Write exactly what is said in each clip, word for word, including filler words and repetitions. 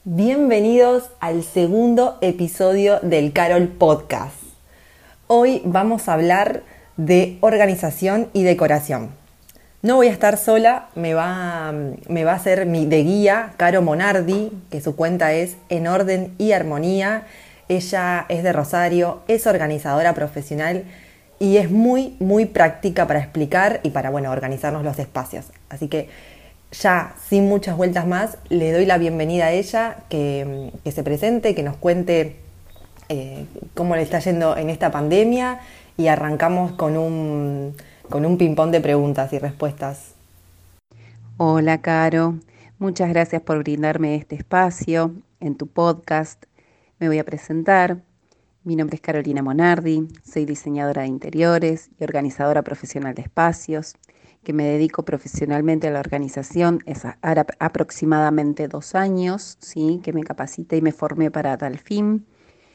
Bienvenidos al segundo episodio del Carol Podcast. Hoy vamos a hablar de organización y decoración. No voy a estar sola, me va, me va a hacer mi de guía Caro Monardi, que su cuenta es En Orden y Armonía. Ella es de Rosario, es organizadora profesional y es muy, muy práctica para explicar y para, bueno, organizarnos los espacios. Así que ya, sin muchas vueltas más, le doy la bienvenida a ella, que, que se presente, que nos cuente eh, cómo le está yendo en esta pandemia y arrancamos con un, con un ping-pong de preguntas y respuestas. Hola, Caro. Muchas gracias por brindarme este espacio en tu podcast. Me voy a presentar. Mi nombre es Carolina Monardi, soy diseñadora de interiores y organizadora profesional de espacios, que me dedico profesionalmente a la organización es ahora aproximadamente dos años, ¿sí? Que me capacité y me formé para tal fin.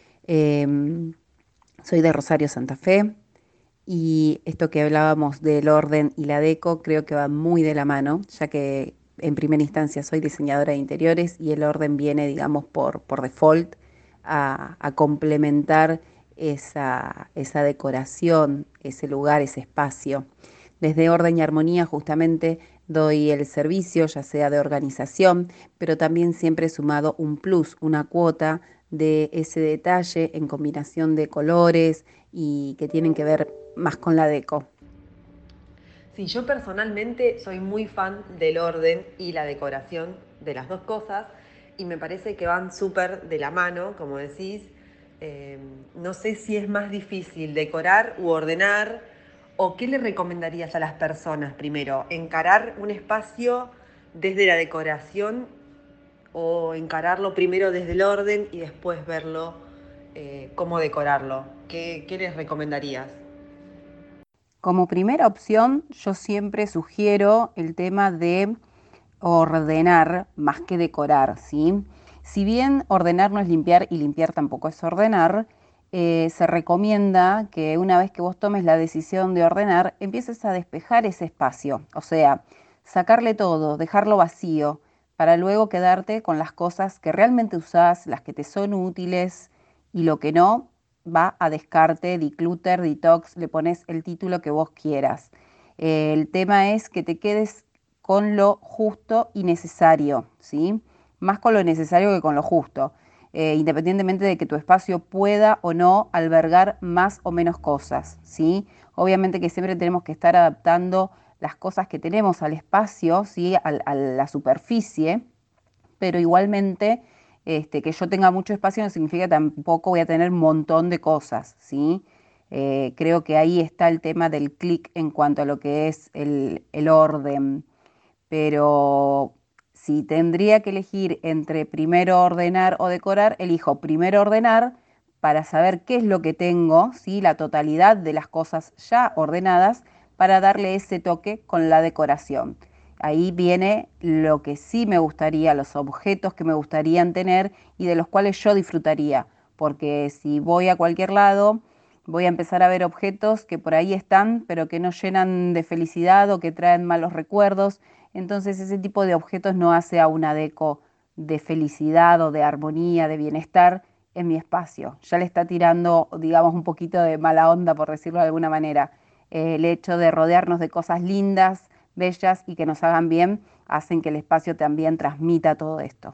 Em, Soy de Rosario, Santa Fe, y esto que hablábamos del orden y la deco creo que va muy de la mano, ya que en primera instancia soy diseñadora de interiores y el orden viene, digamos, por, por default a, a complementar esa, esa decoración, ese lugar, ese espacio. Desde Orden y Armonía justamente doy el servicio, ya sea de organización, pero también siempre he sumado un plus, una cuota de ese detalle en combinación de colores y que tienen que ver más con la deco. Sí, yo personalmente soy muy fan del orden y la decoración de las dos cosas y me parece que van súper de la mano, como decís. Eh, no sé si es más difícil decorar u ordenar o qué le recomendarías a las personas primero, encarar un espacio desde la decoración o encararlo primero desde el orden y después verlo eh, cómo decorarlo. ¿Qué, qué les recomendarías? Como primera opción, yo siempre sugiero el tema de ordenar más que decorar, ¿sí? Si bien ordenar no es limpiar y limpiar tampoco es ordenar, eh, se recomienda que una vez que vos tomes la decisión de ordenar, empieces a despejar ese espacio, o sea, sacarle todo, dejarlo vacío, para luego quedarte con las cosas que realmente usás, las que te son útiles y lo que no va a descarte, declutter, detox, le pones el título que vos quieras. Eh, el tema es que te quedes con lo justo y necesario, ¿sí? Más con lo necesario que con lo justo, eh, independientemente de que tu espacio pueda o no albergar más o menos cosas, ¿sí? Obviamente que siempre tenemos que estar adaptando las cosas que tenemos al espacio, ¿sí? A, a la superficie, pero igualmente este, que yo tenga mucho espacio no significa que tampoco voy a tener un montón de cosas, ¿sí? Eh, creo que ahí está el tema del clic en cuanto a lo que es el, el orden, pero si tendría que elegir entre primero ordenar o decorar, elijo primero ordenar para saber qué es lo que tengo, ¿sí? La totalidad de las cosas ya ordenadas para darle ese toque con la decoración. Ahí viene lo que sí me gustaría, los objetos que me gustarían tener y de los cuales yo disfrutaría, porque si voy a cualquier lado, voy a empezar a ver objetos que por ahí están, pero que no llenan de felicidad o que traen malos recuerdos. Entonces ese tipo de objetos no hace a una deco de felicidad o de armonía, de bienestar en mi espacio. Ya le está tirando, digamos, un poquito de mala onda, por decirlo de alguna manera. Eh, el hecho de rodearnos de cosas lindas, bellas y que nos hagan bien, hacen que el espacio también transmita todo esto.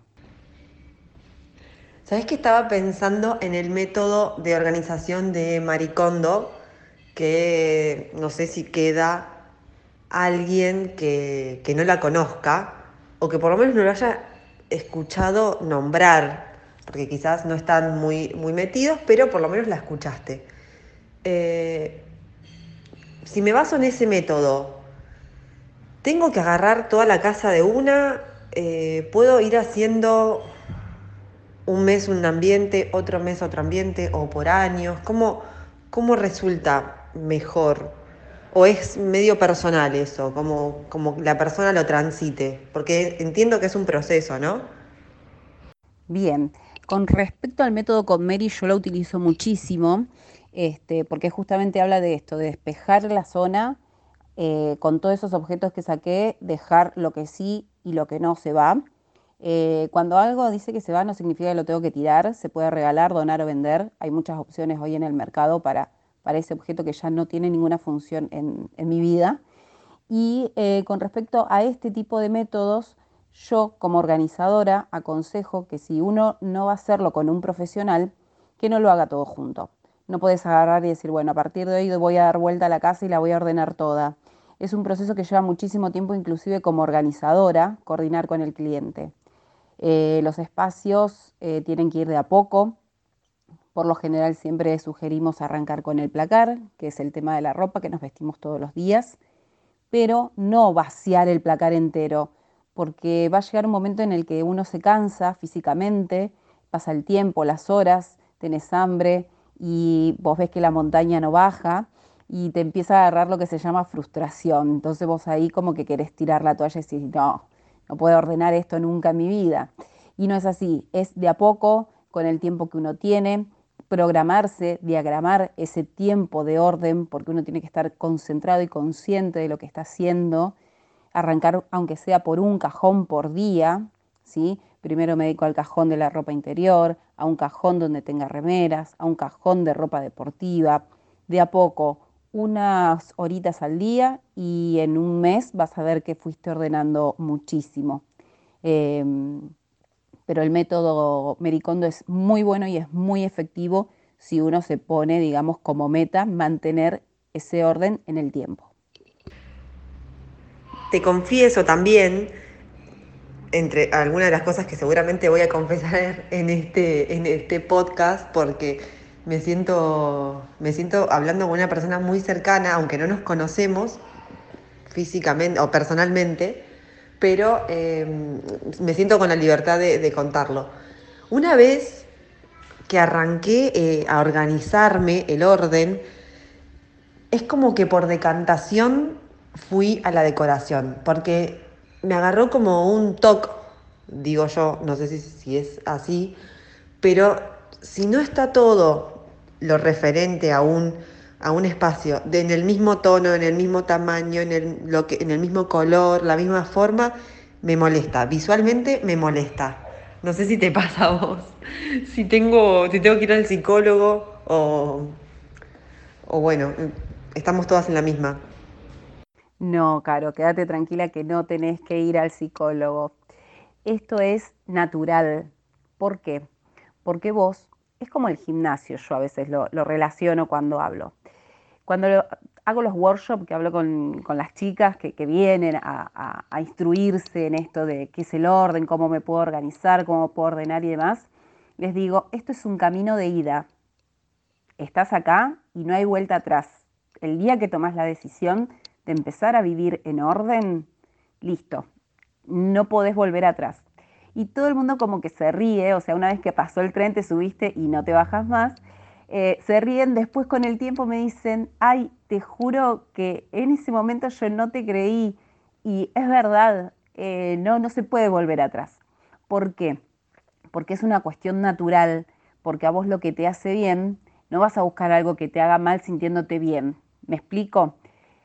¿Sabés que estaba pensando en el método de organización de Marie Kondo? Que no sé si queda alguien que, que no la conozca o que por lo menos no lo haya escuchado nombrar, porque quizás no están muy, muy metidos, pero por lo menos la escuchaste. Eh, si me baso en ese método, tengo que agarrar toda la casa de una, eh, puedo ir haciendo un mes un ambiente, otro mes otro ambiente, o por años? ¿Cómo, cómo resulta mejor? ¿O es medio personal eso, como, como la persona lo transite? Porque entiendo que es un proceso, ¿no? Bien, con respecto al método con Mary, yo lo utilizo muchísimo, este, porque justamente habla de esto, de despejar la zona eh, con todos esos objetos que saqué, dejar lo que sí y lo que no se va. Eh, cuando algo dice que se va, no significa que lo tengo que tirar, se puede regalar, donar o vender. Hay muchas opciones hoy en el mercado para, para ese objeto que ya no tiene ninguna función en, en mi vida. Y eh, con respecto a este tipo de métodos, yo como organizadora aconsejo que si uno no va a hacerlo con un profesional, que no lo haga todo junto. No puedes agarrar y decir, bueno, a partir de hoy voy a dar vuelta a la casa y la voy a ordenar toda. Es un proceso que lleva muchísimo tiempo, inclusive como organizadora, coordinar con el cliente. Eh, los espacios eh, tienen que ir de a poco. Por lo general siempre sugerimos arrancar con el placar, que es el tema de la ropa que nos vestimos todos los días, pero no vaciar el placar entero, porque va a llegar un momento en el que uno se cansa físicamente, pasa el tiempo, las horas, tenés hambre y vos ves que la montaña no baja y te empieza a agarrar lo que se llama frustración. Entonces vos ahí como que querés tirar la toalla y decís, no, no puedo ordenar esto nunca en mi vida. Y no es así, es de a poco, con el tiempo que uno tiene, programarse, diagramar ese tiempo de orden, porque uno tiene que estar concentrado y consciente de lo que está haciendo, arrancar aunque sea por un cajón por día, ¿sí? Primero me dedico al cajón de la ropa interior, a un cajón donde tenga remeras, a un cajón de ropa deportiva, de a poco, unas horitas al día y en un mes vas a ver que fuiste ordenando muchísimo. Eh, pero el método Mericondo es muy bueno y es muy efectivo si uno se pone, digamos, como meta mantener ese orden en el tiempo. Te confieso también, entre algunas de las cosas que seguramente voy a confesar en este, en este podcast, porque me siento, me siento hablando con una persona muy cercana, aunque no nos conocemos físicamente o personalmente, pero eh, me siento con la libertad de, de contarlo. Una vez que arranqué eh, a organizarme el orden, es como que por decantación fui a la decoración, porque me agarró como un toque, digo yo, no sé si, si es así, pero si no está todo lo referente a un, a un espacio de, en el mismo tono, en el mismo tamaño, en el, lo que, en el mismo color, la misma forma, me molesta. Visualmente me molesta. No sé si te pasa a vos. Si tengo, si tengo que ir al psicólogo o, o bueno, estamos todas en la misma. No, Caro, quédate tranquila que no tenés que ir al psicólogo. Esto es natural. ¿Por qué? Porque vos, es como el gimnasio, yo a veces lo, lo relaciono cuando hablo. Cuando lo- hago los workshops, que hablo con, con las chicas que, que vienen a, a- a instruirse en esto de qué es el orden, cómo me puedo organizar, cómo puedo ordenar y demás, les digo, esto es un camino de ida. Estás acá y no hay vuelta atrás. El día que tomas la decisión de empezar a vivir en orden, listo, no podés volver atrás. Y todo el mundo como que se ríe, o sea, una vez que pasó el tren te subiste y no te bajas más, eh, se ríen, después con el tiempo me dicen, ay, te juro que en ese momento yo no te creí y es verdad, eh, no, no se puede volver atrás. ¿Por qué? Porque es una cuestión natural, porque a vos lo que te hace bien, no vas a buscar algo que te haga mal sintiéndote bien. ¿Me explico?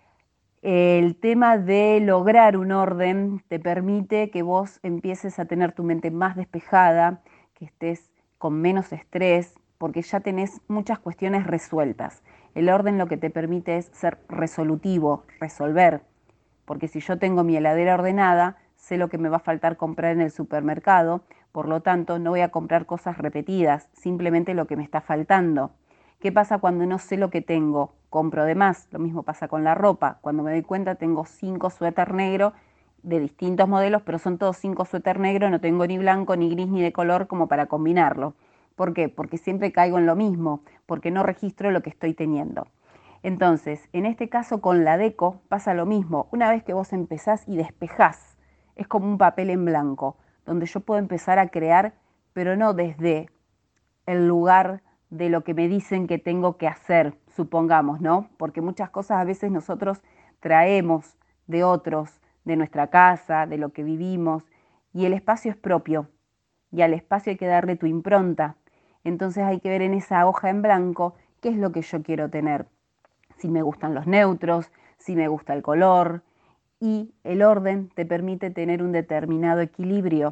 El tema de lograr un orden te permite que vos empieces a tener tu mente más despejada, que estés con menos estrés, porque ya tenés muchas cuestiones resueltas. El orden lo que te permite es ser resolutivo, resolver, porque si yo tengo mi heladera ordenada, sé lo que me va a faltar comprar en el supermercado, por lo tanto no voy a comprar cosas repetidas, simplemente lo que me está faltando. ¿Qué pasa cuando no sé lo que tengo? Compro de más. Lo mismo pasa con la ropa. Cuando me doy cuenta tengo cinco suéter negros de distintos modelos, pero son todos cinco suéter negros, no tengo ni blanco, ni gris, ni de color como para combinarlo. ¿Por qué? Porque siempre caigo en lo mismo, porque no registro lo que estoy teniendo. Entonces, en este caso con la deco pasa lo mismo. Una vez que vos empezás y despejás, es como un papel en blanco, donde yo puedo empezar a crear, pero no desde el lugar de lo que me dicen que tengo que hacer, supongamos, ¿no? Porque muchas cosas a veces nosotros traemos de otros, de nuestra casa, de lo que vivimos, y el espacio es propio, y al espacio hay que darle tu impronta. Entonces hay que ver en esa hoja en blanco qué es lo que yo quiero tener, si me gustan los neutros, si me gusta el color, y el orden te permite tener un determinado equilibrio.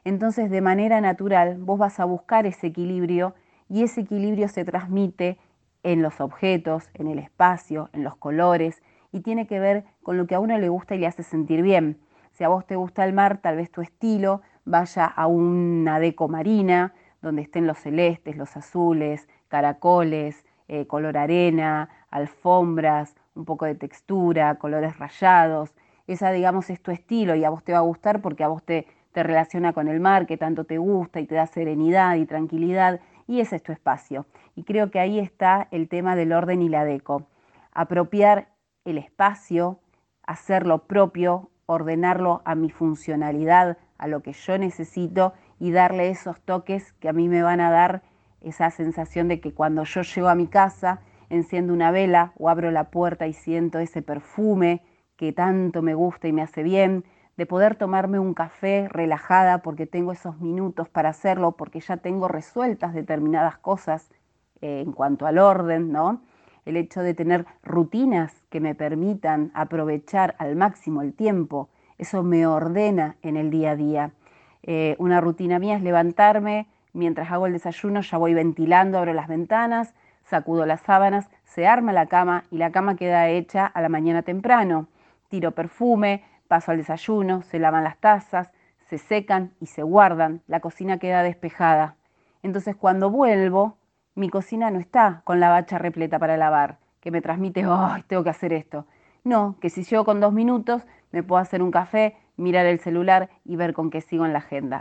Entonces, de manera natural, vos vas a buscar ese equilibrio y ese equilibrio se transmite en los objetos, en el espacio, en los colores y tiene que ver con lo que a uno le gusta y le hace sentir bien. Si a vos te gusta el mar, tal vez tu estilo vaya a una deco marina, donde estén los celestes, los azules, caracoles, eh, color arena, alfombras, un poco de textura, colores rayados. Esa, digamos, es tu estilo y a vos te va a gustar porque a vos te, te relaciona con el mar, que tanto te gusta y te da serenidad y tranquilidad, y ese es tu espacio. Y creo que ahí está el tema del orden y la deco. Apropiar el espacio, hacerlo propio, ordenarlo a mi funcionalidad, a lo que yo necesito y darle esos toques que a mí me van a dar esa sensación de que cuando yo llego a mi casa, enciendo una vela o abro la puerta y siento ese perfume que tanto me gusta y me hace bien, de poder tomarme un café relajada porque tengo esos minutos para hacerlo, porque ya tengo resueltas determinadas cosas eh, en cuanto al orden, ¿no? El hecho de tener rutinas que me permitan aprovechar al máximo el tiempo, eso me ordena en el día a día. Eh, una rutina mía es levantarme, mientras hago el desayuno ya voy ventilando, abro las ventanas, sacudo las sábanas, se arma la cama y la cama queda hecha a la mañana temprano. Tiro perfume, paso al desayuno, se lavan las tazas, se secan y se guardan, la cocina queda despejada. Entonces cuando vuelvo, mi cocina no está con la bacha repleta para lavar, que me transmite, ¡ay, tengo que hacer esto! No, que si llego con dos minutos, me puedo hacer un café, mirar el celular y ver con qué sigo en la agenda.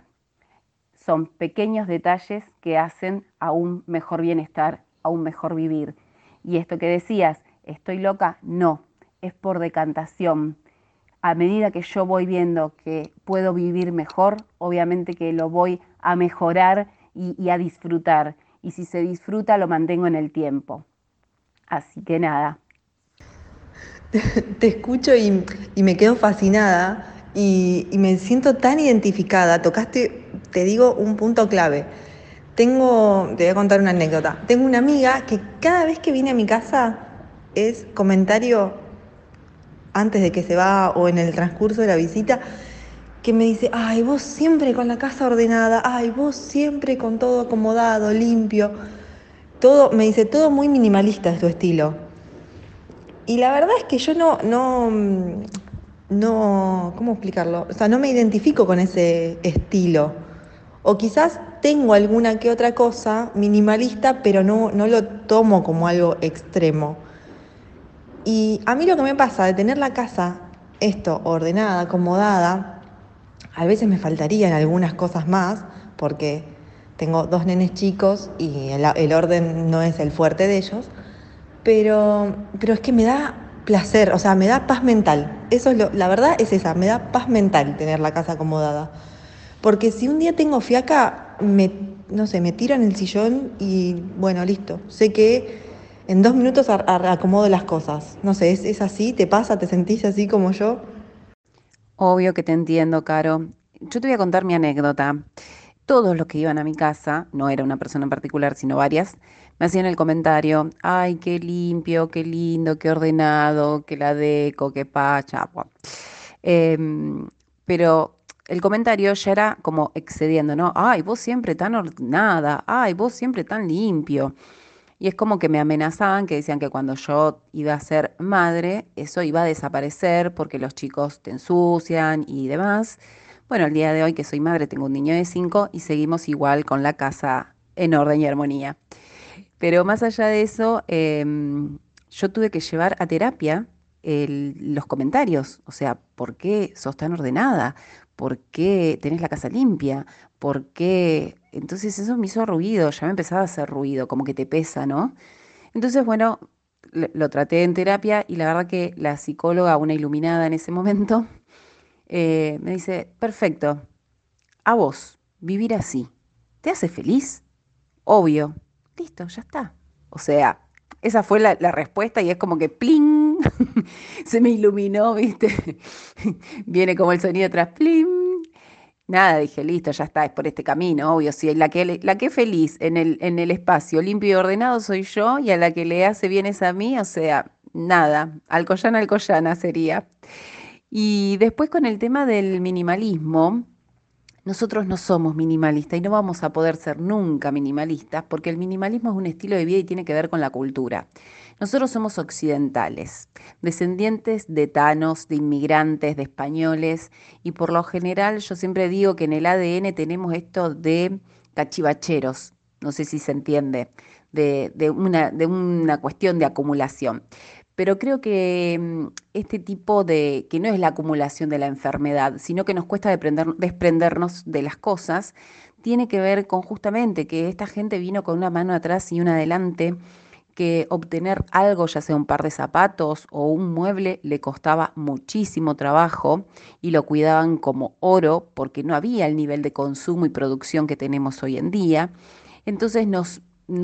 Son pequeños detalles que hacen a un mejor bienestar, a un mejor vivir. Y esto que decías, ¿estoy loca? No, es por decantación. A medida que yo voy viendo que puedo vivir mejor, obviamente que lo voy a mejorar y, y a disfrutar. Y si se disfruta, lo mantengo en el tiempo. Así que nada. Te escucho y, y me quedo fascinada y, y me siento tan identificada. Tocaste, te digo, un punto clave. Tengo, te voy a contar una anécdota. Tengo una amiga que cada vez que viene a mi casa es comentario antes de que se va o en el transcurso de la visita, que me dice, ay, vos siempre con la casa ordenada, ay, vos siempre con todo acomodado, limpio. Todo, me dice, todo muy minimalista es tu estilo. Y la verdad es que yo no, no, no, ¿cómo explicarlo? O sea, no me identifico con ese estilo. O quizás tengo alguna que otra cosa minimalista, pero no, no lo tomo como algo extremo. Y a mí lo que me pasa de tener la casa, esto, ordenada, acomodada, a veces me faltarían algunas cosas más, porque tengo dos nenes chicos y el, el orden no es el fuerte de ellos, pero, pero es que me da placer, o sea, me da paz mental. Eso es lo, la verdad es esa, me da paz mental tener la casa acomodada. Porque si un día tengo fiaca, me, no sé, me tiro en el sillón y bueno, listo. Sé que en dos minutos ar- ar- acomodo las cosas. No sé, ¿es, es así? ¿Te pasa? ¿Te sentís así como yo? Obvio que te entiendo, Caro. Yo te voy a contar mi anécdota. Todos los que iban a mi casa, no era una persona en particular, sino varias, me hacían el comentario, ay, qué limpio, qué lindo, qué ordenado, que la deco, qué pacha. Buah. Em, pero el comentario ya era como excediendo, ¿no? Ay, vos siempre tan ordenada, ay, vos siempre tan limpio. Y es como que me amenazaban, que decían que cuando yo iba a ser madre, eso iba a desaparecer porque los chicos te ensucian y demás. Bueno, el día de hoy que soy madre tengo un niño de cinco y seguimos igual con la casa en orden y armonía. Pero más allá de eso, em, yo tuve que llevar a terapia el- los comentarios. O sea, ¿por qué sos tan ordenada? ¿Por qué tenés la casa limpia? ¿Por qué? Entonces eso me hizo ruido, ya me empezaba a hacer ruido, como que te pesa, ¿no? Entonces, bueno, lo, lo traté en terapia y la verdad que la psicóloga, una iluminada en ese momento, eh, me dice, perfecto, a vos, vivir así, ¿te hace feliz? Obvio. Listo, ya está. O sea, esa fue la, la respuesta y es como que ¡pling! Se me iluminó, ¿viste? Viene como el sonido atrás, ¡pling! Nada, dije, listo, ya está, es por este camino, obvio. Si la que, la que es feliz en el, en el espacio limpio y ordenado soy yo y a la que le hace bien es a mí, o sea, nada, Alcoyana, Alcoyana sería. Y después con el tema del minimalismo. Nosotros no somos minimalistas y no vamos a poder ser nunca minimalistas porque el minimalismo es un estilo de vida y tiene que ver con la cultura. Nosotros somos occidentales, descendientes de tanos, de inmigrantes, de españoles y por lo general yo siempre digo que en el A D N tenemos esto de cachivacheros, no sé si se entiende, de, de una, de una cuestión de acumulación. Pero creo que mm, este tipo de, que no es la acumulación de la enfermedad, sino que nos cuesta desprender- desprendernos de las cosas, tiene que ver con justamente que esta gente vino con una mano atrás y una adelante, que obtener algo, ya sea un par de zapatos o un mueble, le costaba muchísimo trabajo y lo cuidaban como oro porque no había el nivel de consumo y producción que tenemos hoy en día. Entonces nos,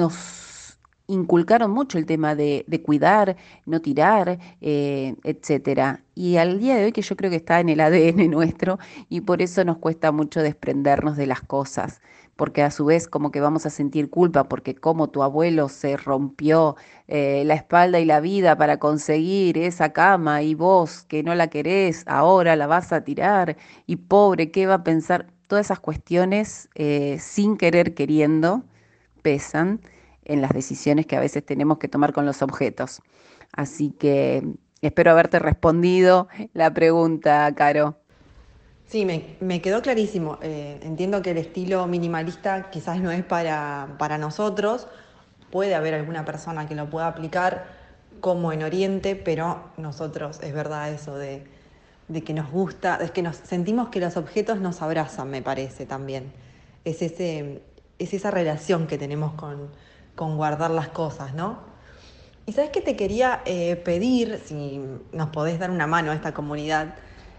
nos inculcaron mucho el tema de, de cuidar, no tirar, eh, etcétera. Y al día de hoy que yo creo que está en el A D N nuestro y por eso nos cuesta mucho desprendernos de las cosas, porque a su vez como que vamos a sentir culpa porque como tu abuelo se rompió eh, la espalda y la vida para conseguir esa cama y vos que no la querés, ahora la vas a tirar y pobre, ¿qué va a pensar? Todas esas cuestiones eh, sin querer queriendo pesan en las decisiones que a veces tenemos que tomar con los objetos. Así que espero haberte respondido la pregunta, Caro. Sí, me, me quedó clarísimo. Eh, entiendo que el estilo minimalista quizás no es para, para nosotros. Puede haber alguna persona que lo pueda aplicar como en Oriente, pero nosotros es verdad eso de, de que nos gusta, es que nos sentimos que los objetos nos abrazan, me parece también. Es, ese, es esa relación que tenemos con, con guardar las cosas, ¿no? Y sabes que te quería eh, pedir, si nos podés dar una mano a esta comunidad,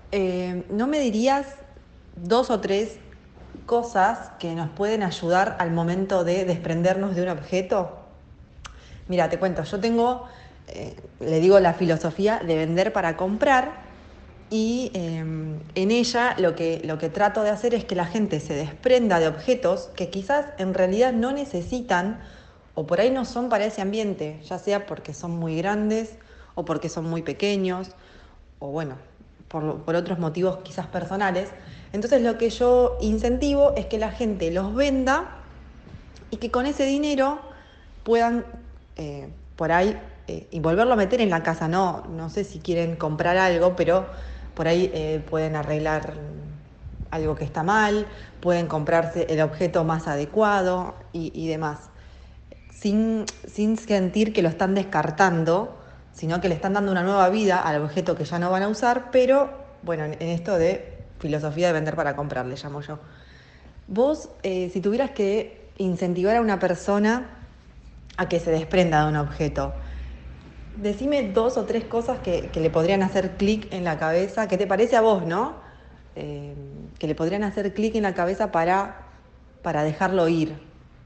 eh, ¿no me dirías dos o tres cosas que nos pueden ayudar al momento de desprendernos de un objeto? Mira, te cuento, yo tengo, eh, le digo la filosofía de vender para comprar y eh, en ella lo que, lo que trato de hacer es que la gente se desprenda de objetos que quizás en realidad no necesitan o por ahí no son para ese ambiente, ya sea porque son muy grandes o porque son muy pequeños o bueno, por, por otros motivos quizás personales. Entonces lo que yo incentivo es que la gente los venda y que con ese dinero puedan eh, por ahí eh, y volverlo a meter en la casa. No, no sé si quieren comprar algo, pero por ahí eh, pueden arreglar algo que está mal, pueden comprarse el objeto más adecuado y, y demás. Sin, sin sentir que lo están descartando, sino que le están dando una nueva vida al objeto que ya no van a usar, pero bueno, en, en esto de filosofía de vender para comprar, le llamo yo. Vos, eh, si tuvieras que incentivar a una persona a que se desprenda de un objeto, decime dos o tres cosas que, que le podrían hacer clic en la cabeza, que te parece a vos, ¿no? Eh, que le podrían hacer clic en la cabeza para, para dejarlo ir.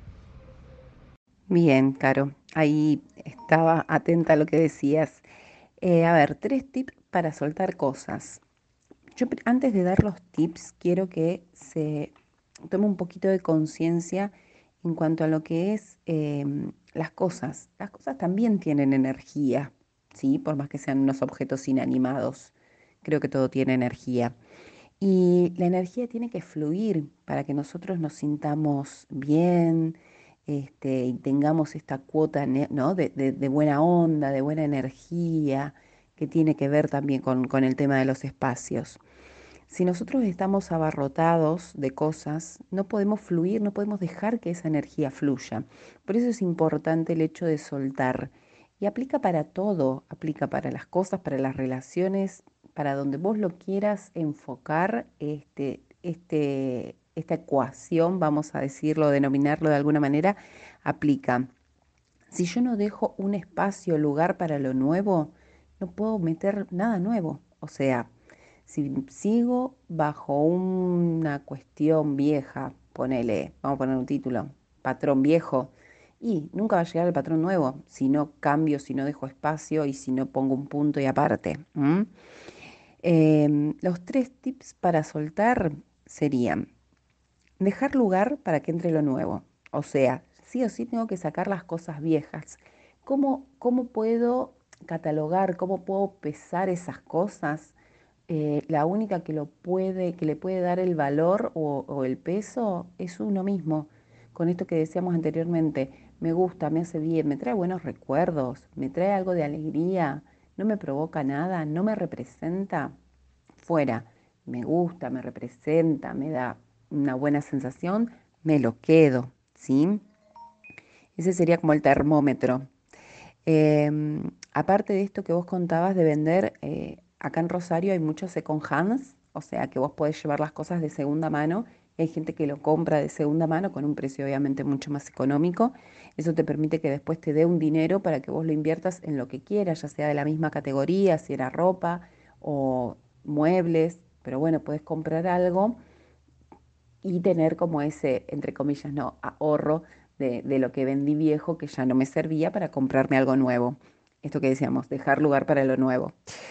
Bien, Caro, ahí estaba atenta a lo que decías. Eh, a ver, tres tips para soltar cosas. Yo pr- antes de dar los tips, quiero que se tome un poquito de conciencia en cuanto a lo que es em, las cosas. Las cosas también tienen energía, ¿sí? Por más que sean unos objetos inanimados. Creo que todo tiene energía. Y la energía tiene que fluir para que nosotros nos sintamos bien, este, y tengamos esta cuota, ne- ¿no? de, de- de buena onda, de buena energía, que tiene que ver también con, con el tema de los espacios. Si nosotros estamos abarrotados de cosas, no podemos fluir, no podemos dejar que esa energía fluya. Por eso es importante el hecho de soltar. Y aplica para todo, aplica para las cosas, para las relaciones, para donde vos lo quieras enfocar, este, este, esta ecuación, vamos a decirlo, denominarlo de alguna manera, aplica. Si yo no dejo un espacio, lugar para lo nuevo, no puedo meter nada nuevo. O sea, si sigo bajo una cuestión vieja, ponele, vamos a poner un título, patrón viejo, y nunca va a llegar el patrón nuevo si no cambio, si no dejo espacio y si no pongo un punto y aparte. ¿M? Em, los tres tips para soltar serían dejar lugar para que entre lo nuevo. O sea, sí o sí tengo que sacar las cosas viejas. ¿Cómo, cómo puedo catalogar, cómo puedo pesar esas cosas? eh, la única que lo puede, que le puede dar el valor o, o el peso es uno mismo. Con esto que decíamos anteriormente, me gusta, me hace bien, me trae buenos recuerdos, me trae algo de alegría, no me provoca nada, no me representa, fuera, me gusta, me representa, me da una buena sensación, me lo quedo, ¿sí? Ese sería como el termómetro. Eh, Aparte de esto que vos contabas de vender, eh, acá en Rosario hay muchos second hands, o sea que vos podés llevar las cosas de segunda mano. Y hay gente que lo compra de segunda mano con un precio obviamente mucho más económico. Eso te permite que después te dé un dinero para que vos lo inviertas en lo que quieras, ya sea de la misma categoría, si era ropa o muebles. Pero bueno, puedes comprar algo y tener como ese, entre comillas, no, ahorro de, de lo que vendí viejo que ya no me servía para comprarme algo nuevo. Esto que decíamos, dejar lugar para lo nuevo.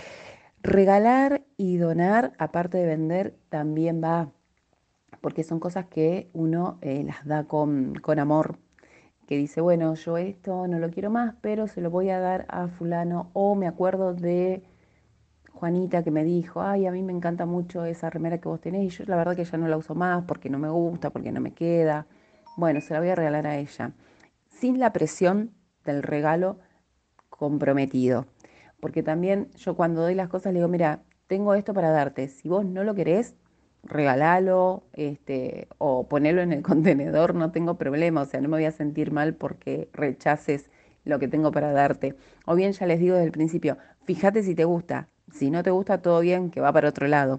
Regalar y donar, aparte de vender, también va, porque son cosas que uno eh, las da con, con amor, que dice, bueno, yo esto no lo quiero más, pero se lo voy a dar a fulano, o me acuerdo de Juanita que me dijo, ay, a mí me encanta mucho esa remera que vos tenés y yo la verdad que ya no la uso más porque no me gusta, porque no me queda. Bueno, se la voy a regalar a ella, sin la presión del regalo comprometido. Porque también yo cuando doy las cosas le digo, mira, tengo esto para darte, si vos no lo querés, regalalo, este, o ponelo en el contenedor, no tengo problema, o sea, no me voy a sentir mal porque rechaces lo que tengo para darte. O bien ya les digo desde el principio, fíjate si te gusta, si no te gusta, todo bien, que va para otro lado.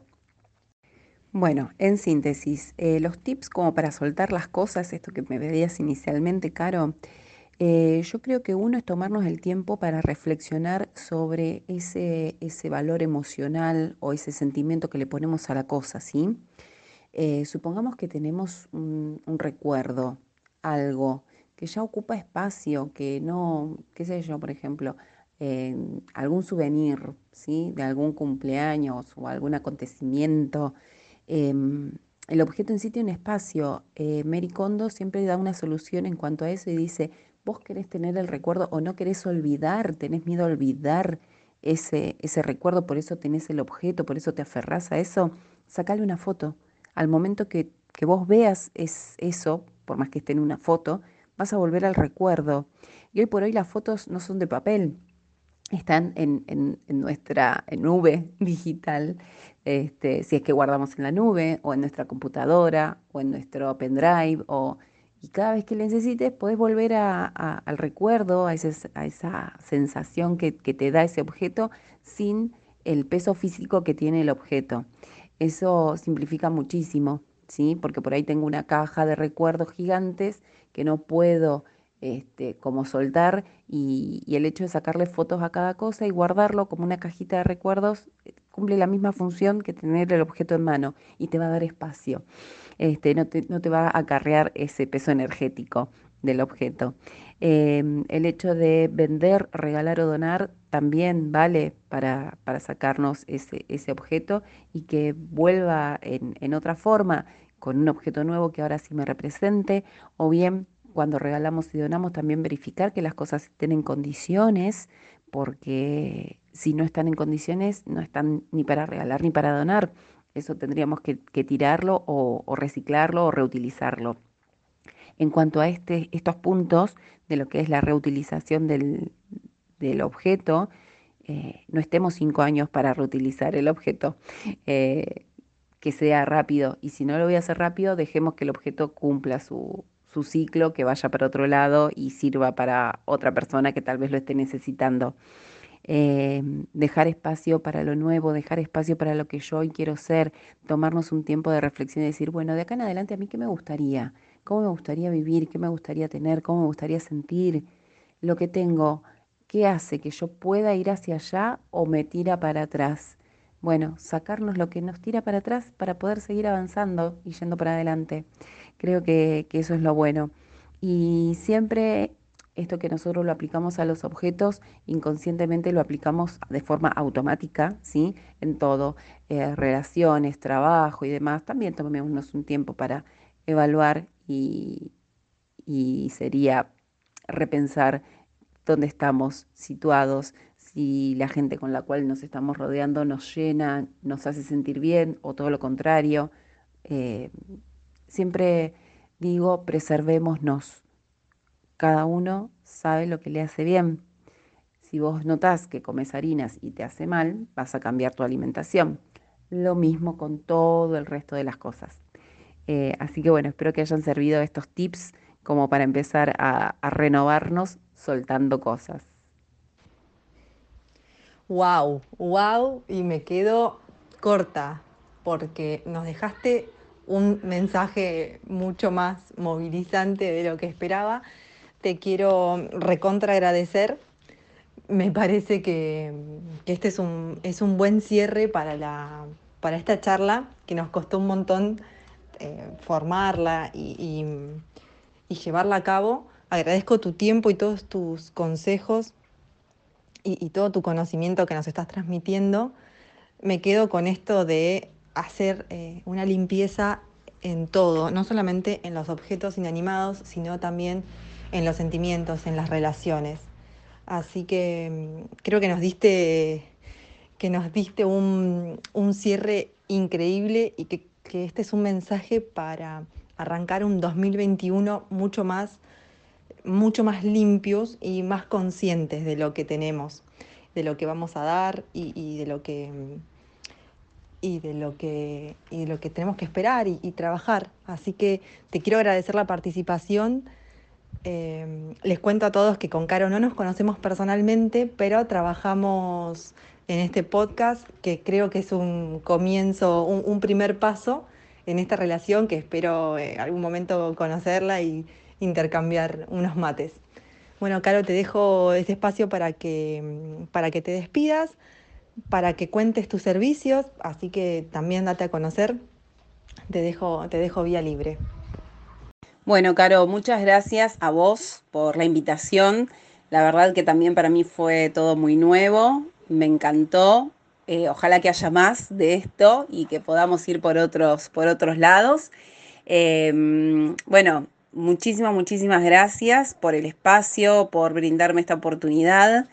Bueno, en síntesis, eh, los tips como para soltar las cosas, esto que me pedías inicialmente, Caro, eh, yo creo que uno es tomarnos el tiempo para reflexionar sobre ese, ese valor emocional o ese sentimiento que le ponemos a la cosa, ¿sí? Eh, supongamos que tenemos un, un recuerdo, algo que ya ocupa espacio, que no, qué sé yo, por ejemplo, eh, algún souvenir, ¿sí? De algún cumpleaños o algún acontecimiento. em, el objeto en sí tiene un espacio. Eh, Mary Kondo siempre da una solución en cuanto a eso y dice, vos querés tener el recuerdo o no querés olvidar, tenés miedo a olvidar ese, ese recuerdo, por eso tenés el objeto, por eso te aferrás a eso, sacale una foto. Al momento que, que vos veas es eso, por más que esté en una foto, vas a volver al recuerdo. Y hoy por hoy las fotos no son de papel, están en, en- en nuestra nube digital, este, si es que guardamos en la nube, o en nuestra computadora, o en nuestro pendrive, o, y cada vez que le necesites, podés volver a- a- al recuerdo, a, ese- a esa sensación que, que te da ese objeto sin el peso físico que tiene el objeto. Eso simplifica muchísimo, ¿sí? Porque por ahí tengo una caja de recuerdos gigantes que no puedo este, como soltar y, y el hecho de sacarle fotos a cada cosa y guardarlo como una cajita de recuerdos eh, cumple la misma función que tener el objeto en mano y te va a dar espacio. Este, no te, no te va a acarrear ese peso energético del objeto. Em, el hecho de vender, regalar o donar también vale para, para sacarnos ese, ese objeto y que vuelva en, en otra forma, con un objeto nuevo que ahora sí me represente, o bien cuando regalamos y donamos también verificar que las cosas estén en condiciones, porque si no están en condiciones no están ni para regalar ni para donar. Eso tendríamos que, que tirarlo o, o reciclarlo o reutilizarlo. En cuanto a este, estos puntos de lo que es la reutilización del, del objeto, eh, no estemos cinco años para reutilizar el objeto, eh, que sea rápido. Y si no lo voy a hacer rápido, dejemos que el objeto cumpla su, su ciclo, que vaya para otro lado y sirva para otra persona que tal vez lo esté necesitando. Eh, dejar espacio para lo nuevo, dejar espacio para lo que yo hoy quiero ser, tomarnos un tiempo de reflexión y decir, bueno, de acá en adelante a mí qué me gustaría, cómo me gustaría vivir, qué me gustaría tener, cómo me gustaría sentir, lo que tengo, qué hace que yo pueda ir hacia allá o me tira para atrás. Bueno, sacarnos lo que nos tira para atrás para poder seguir avanzando y yendo para adelante. Creo que, que eso es lo bueno. Y siempre esto que nosotros lo aplicamos a los objetos, inconscientemente lo aplicamos de forma automática, ¿sí? En todo, eh, relaciones, trabajo y demás. También tomémonos un tiempo para evaluar y, y sería repensar dónde estamos situados, y la gente con la cual nos estamos rodeando nos llena, nos hace sentir bien o todo lo contrario. Eh, siempre digo, preservémonos. Cada uno sabe lo que le hace bien. Si vos notás que comes harinas y te hace mal, vas a cambiar tu alimentación. Lo mismo con todo el resto de las cosas. Eh, así que bueno, espero que hayan servido estos tips como para empezar a, a renovarnos soltando cosas. Wow, wow, y me quedo corta porque nos dejaste un mensaje mucho más movilizante de lo que esperaba. Te quiero recontra agradecer. Me parece que, que este es un, es un buen cierre para, la, para esta charla que nos costó un montón eh, formarla y, y, y llevarla a cabo. Agradezco tu tiempo y todos tus consejos y, y todo tu conocimiento que nos estás transmitiendo. Me quedo con esto de hacer eh, una limpieza en todo, no solamente en los objetos inanimados, sino también en los sentimientos, en las relaciones. Así que mm, creo que nos diste, que nos diste un, un cierre increíble y que, que este es un mensaje para arrancar un dos mil veintiuno mucho más, mucho más limpios y más conscientes de lo que tenemos, de lo que vamos a dar y, y de lo que mm, y de lo que, y de lo que tenemos que esperar y, y trabajar. Así que te quiero agradecer la participación. Eh, les cuento a todos que con Caro no nos conocemos personalmente, pero trabajamos en este podcast, que creo que es un comienzo, un, un primer paso en esta relación, que espero en algún momento conocerla y intercambiar unos mates. Bueno, Caro, te dejo este espacio para que, para que te despidas, para que cuentes tus servicios, así que también date a conocer. Te dejo, te dejo vía libre. Bueno, Caro, muchas gracias a vos por la invitación. La verdad que también para mí fue todo muy nuevo, me encantó. Eh, ojalá que haya más de esto y que podamos ir por otros, por otros lados. Eh, bueno, muchísimas, muchísimas gracias por el espacio, por brindarme esta oportunidad.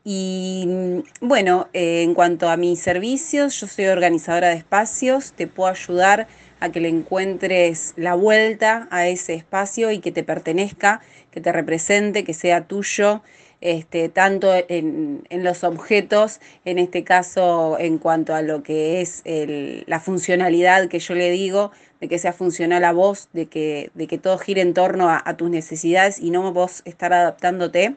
Y bueno, eh, en cuanto a mis servicios, yo soy organizadora de espacios, te puedo ayudar a que le encuentres la vuelta a ese espacio y que te pertenezca, que te represente, que sea tuyo, este, tanto en, en los objetos, en este caso en cuanto a lo que es el, la funcionalidad que yo le digo, de que sea funcional a vos, de que, de que todo gire en torno a, a tus necesidades y no vos estar adaptándote.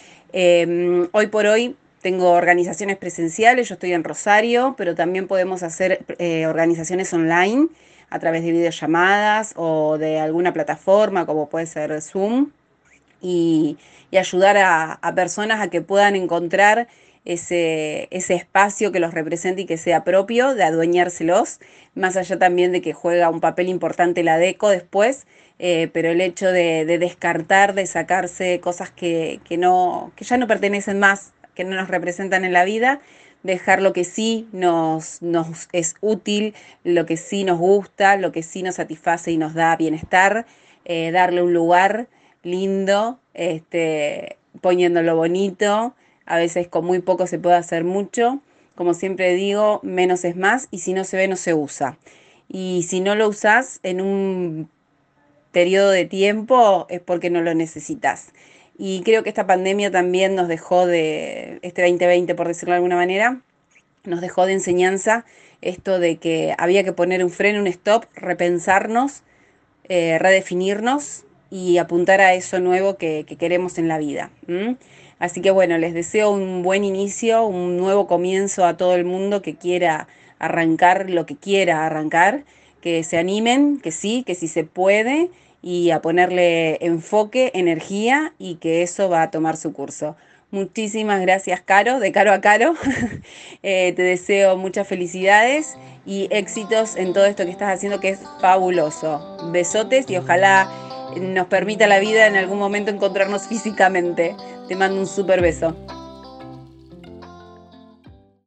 Eh, hoy por hoy tengo organizaciones presenciales, yo estoy en Rosario, pero también podemos hacer eh, organizaciones online a través de videollamadas o de alguna plataforma como puede ser Zoom y, y ayudar a, a personas a que puedan encontrar ese, ese espacio que los represente y que sea propio, de adueñárselos, más allá también de que juega un papel importante la deco después, eh, pero el hecho de, de descartar, de sacarse cosas que, que, no, que ya no pertenecen más, que no nos representan en la vida, dejar lo que sí nos, nos es útil, lo que sí nos gusta, lo que sí nos satisface y nos da bienestar, eh, darle un lugar lindo, este, poniéndolo bonito. A veces con muy poco se puede hacer mucho. Como siempre digo, menos es más y si no se ve no se usa. Y si no lo usás en un periodo de tiempo es porque no lo necesitas. Y creo que esta pandemia también nos dejó de, este veinte veinte por decirlo de alguna manera, nos dejó de enseñanza esto de que había que poner un freno, un stop, repensarnos, eh, redefinirnos y apuntar a eso nuevo que, que queremos en la vida. ¿m? Así que bueno, les deseo un buen inicio, un nuevo comienzo a todo el mundo que quiera arrancar lo que quiera arrancar, que se animen, que sí, que sí se puede y a ponerle enfoque, energía y que eso va a tomar su curso. Muchísimas gracias, Caro, de Caro a Caro. eh, te deseo muchas felicidades y éxitos en todo esto que estás haciendo, que es fabuloso. Besotes y ojalá nos permita la vida en algún momento encontrarnos físicamente. Te mando un súper beso.